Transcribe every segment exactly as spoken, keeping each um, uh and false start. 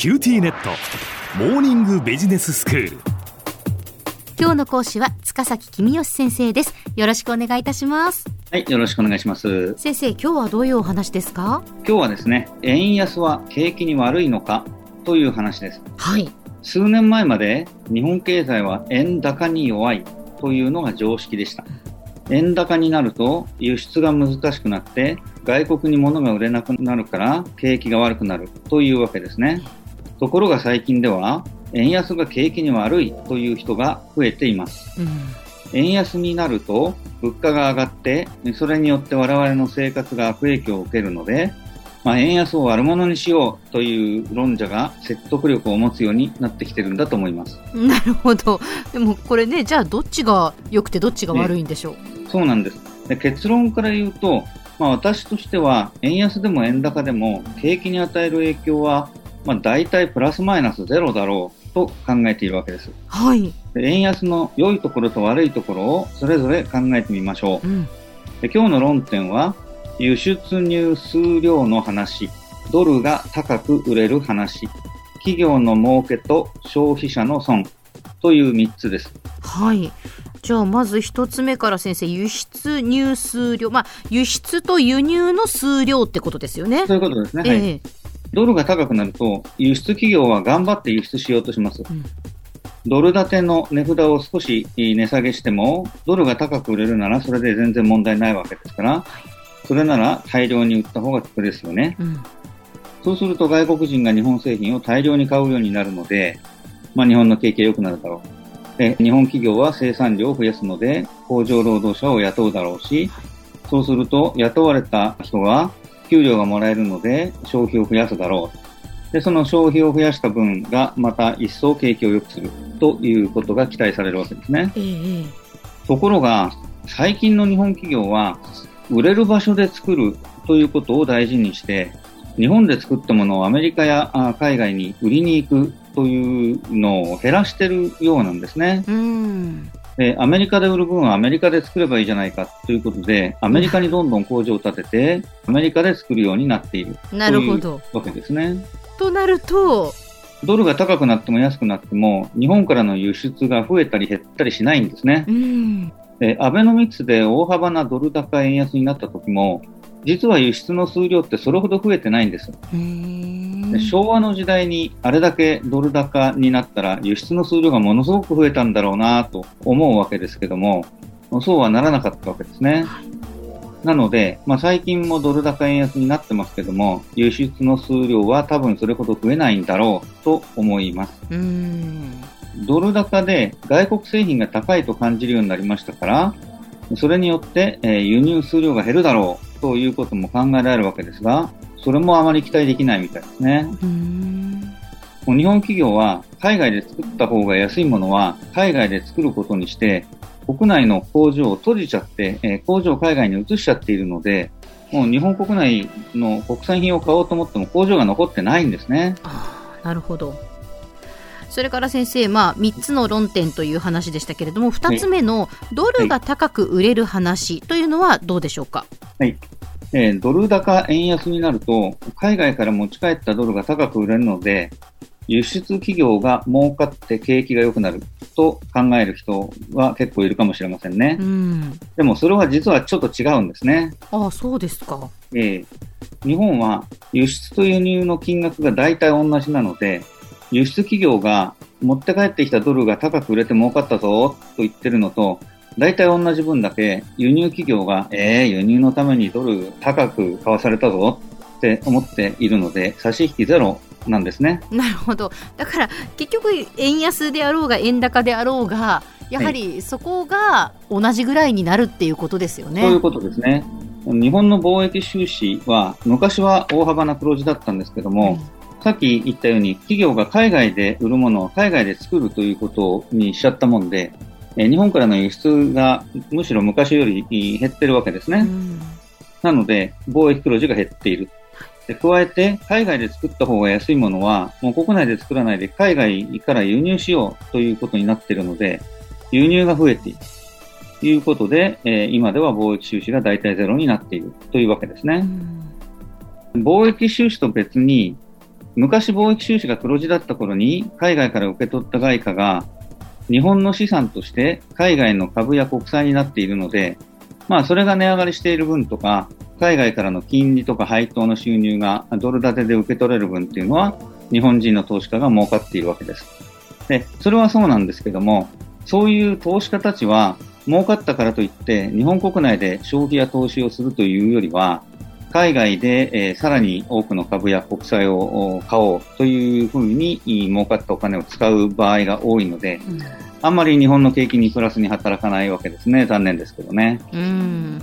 キューティーネットモーニングビジネススクール。 今日の講師は塚崎公義先生です。よろしくお願いいたします。 はい、よろしくお願いします。 先生、今日はどういうお話ですか？ 今日はですね、円安は景気に悪いのかという話です。 はい。 数年前まで日本経済は円高に弱いというのが常識でした。円高になると輸出が難しくなって外国に物が売れなくなるから景気が悪くなるというわけですね。ところが最近では円安が景気に悪いという人が増えています。うん、円安になると物価が上がってそれによって我々の生活が悪影響を受けるので、まあ、円安を悪者にしようという論者が説得力を持つようになってきてるんだと思います。 なるほど。でもこれね、じゃあどっちが良くてどっちが悪いんでしょう？ ね、そうなんです。で、結論から言うと、まあ、私としては円安でも円高でも景気に与える影響は、まあ、大体プラスマイナスゼロだろうと考えているわけです。 はい。 で、円安の良いところと悪いところをそれぞれ考えてみましょう。うん、で、今日の論点は輸出入数量の話、ドルが高く売れる話、企業の儲けと消費者の損というみっつです。 はい。じゃあまず一つ目から先生、輸出入数量、まあ輸出と輸入の数量ってことですよね。 そういうことですね。 えー、 はい。ドルが高くなると輸出企業は頑張って輸出しようとします。うん、ドル建ての値札を少し値下げしてもドルが高く売れるならそれで全然問題ないわけですから、それなら大量に売った方が得ですよね。うん、そうすると外国人が日本製品を大量に買うようになるので、まあ、日本の景気が良くなるだろう。で、日本企業は生産量を増やすので工場労働者を雇うだろうし、そうすると雇われた人が給料がもらえるので消費を増やすだろう。で、その消費を増やした分がまた一層景気を良くするということが期待されるわけですね。えー、ところが最近の日本企業は売れる場所で作るということを大事にして日本で作ったものをアメリカや海外に売りに行くというのを減らしているようなんですね。うん、で、アメリカで売る分はアメリカで作ればいいじゃないかということでアメリカにどんどん工場を建ててアメリカで作るようになっているというわけですね。 となるとドルが高くなっても安くなっても日本からの輸出が増えたり減ったりしないんですね。うん、で、アベノミクスで大幅なドル高円安になった時も実は輸出の数量ってそれほど増えてないんです。で、昭和の時代にあれだけドル高になったら輸出の数量がものすごく増えたんだろうなと思うわけですけども、そうはならなかったわけですね。はい、なので、まあ、最近もドル高円安になってますけども輸出の数量は多分それほど増えないんだろうと思います。うーん、ドル高で外国製品が高いと感じるようになりましたからそれによって、えー、輸入数量が減るだろうということも考えられるわけですが、それもあまり期待できないみたいですね。うーん、もう日本企業は海外で作った方が安いものは海外で作ることにして国内の工場を閉じちゃって、えー、工場を海外に移しちゃっているので、もう日本国内の国産品を買おうと思っても工場が残ってないんですね。 ああ、なるほど。それから先生、まあ、みっつの論点という話でしたけれども、ふたつめのドルが高く売れる話というのはどうでしょうか？ はい、えー、ドル高円安になると海外から持ち帰ったドルが高く売れるので輸出企業が儲かって景気が良くなると考える人は結構いるかもしれませんね。うん、でもそれは実はちょっと違うんですね。 ああ、そうですか。 えー、日本は輸出と輸入の金額が大体同じなので輸出企業が持って帰ってきたドルが高く売れて儲かったぞと言ってるのと大体同じ分だけ輸入企業がえー、輸入のためにドル高く買わされたぞって思っているので差し引きゼロなんですね。 なるほど。だから結局円安であろうが円高であろうがやはりそこが同じぐらいになるっていうことですよね。 そういうことですね。日本の貿易収支は昔は大幅な黒字だったんですけども、うん、さっき言ったように企業が海外で売るものを海外で作るということにしちゃったもんでえ日本からの輸出がむしろ昔より減ってるわけですね。うん、なので貿易黒字が減っている。で、加えて海外で作った方が安いものはもう国内で作らないで海外から輸入しようということになっているので輸入が増えているということで、えー、今では貿易収支が大体ゼロになっているというわけですね。うん、貿易収支と別に昔貿易収支が黒字だった頃に海外から受け取った外貨が日本の資産として海外の株や国債になっているので、まあそれが値上がりしている分とか、海外からの金利とか配当の収入がドル建てで受け取れる分っていうのは日本人の投資家が儲かっているわけです。で、それはそうなんですけども、そういう投資家たちは儲かったからといって日本国内で消費や投資をするというよりは、海外で、えー、さらに多くの株や国債を買おうというふうに儲かったお金を使う場合が多いので、うん、あんまり日本の景気にプラスに働かないわけですね。残念ですけどね。 うん、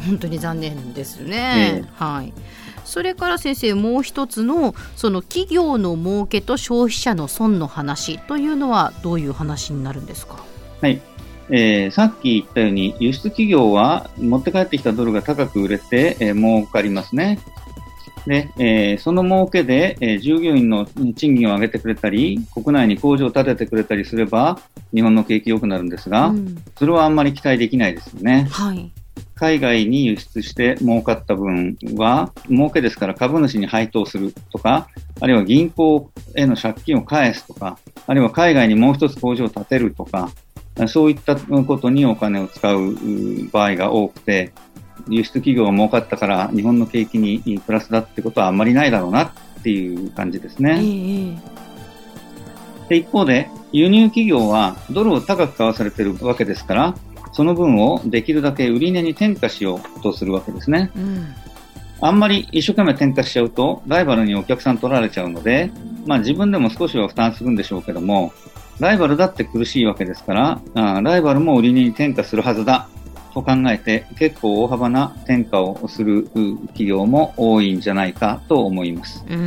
本当に残念ですね、えーはい、それから先生、もう一つのその企業の儲けと消費者の損の話というのはどういう話になるんですか？ はい、えー、さっき言ったように輸出企業は持って帰ってきたドルが高く売れて、えー、儲かりますね。で、えー、その儲けで、えー、従業員の賃金を上げてくれたり国内に工場を建ててくれたりすれば日本の景気良くなるんですが、うん、それはあんまり期待できないですよね、 はい、 海外に輸出して儲かった分は儲けですから株主に配当するとか、あるいは銀行への借金を返すとか、あるいは海外にもう一つ工場を建てるとか、そういったことにお金を使う場合が多くて、輸出企業が儲かったから日本の景気にプラスだってことはあんまりないだろうなっていう感じですね、えー、で一方で輸入企業はドルを高く買わされているわけですから、その分をできるだけ売値に転嫁しようとするわけですね、うん、あんまり一生懸命転嫁しちゃうとライバルにお客さん取られちゃうので、まあ、自分でも少しは負担するんでしょうけども、ライバルだって苦しいわけですから、あライバルも売値に転嫁するはずだと考えて結構大幅な転嫁をする企業も多いんじゃないかと思います。うん、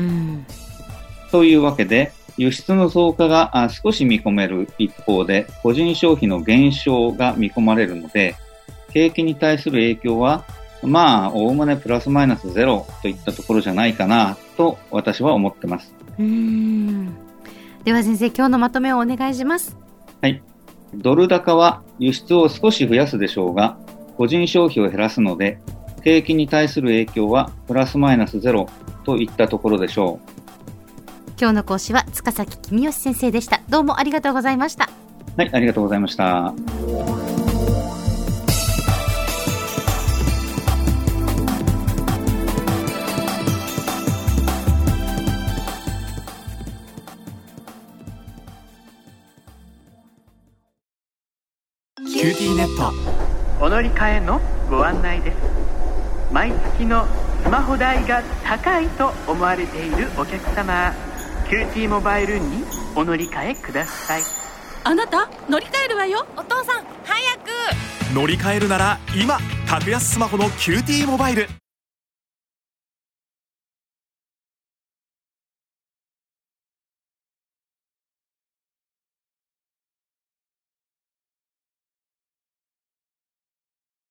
というわけで輸出の増加が少し見込める一方で個人消費の減少が見込まれるので、景気に対する影響はまあおおむねプラスマイナスゼロといったところじゃないかなと私は思ってます。 うーん、では先生、今日のまとめをお願いします。 はい、ドル高は輸出を少し増やすでしょうが個人消費を減らすので景気に対する影響はプラスマイナスゼロといったところでしょう。 今日の講師は塚崎公義先生でした。どうもありがとうございました。 はい、ありがとうございました。 キューティーネットお乗り換えのご案内です。毎月のスマホ代が高いと思われているお客様、キューティーモバイルにお乗り換えください。 あなた乗り換えるわよ。 お父さん早く。 乗り換えるなら今、格安スマホの キューティーモバイル。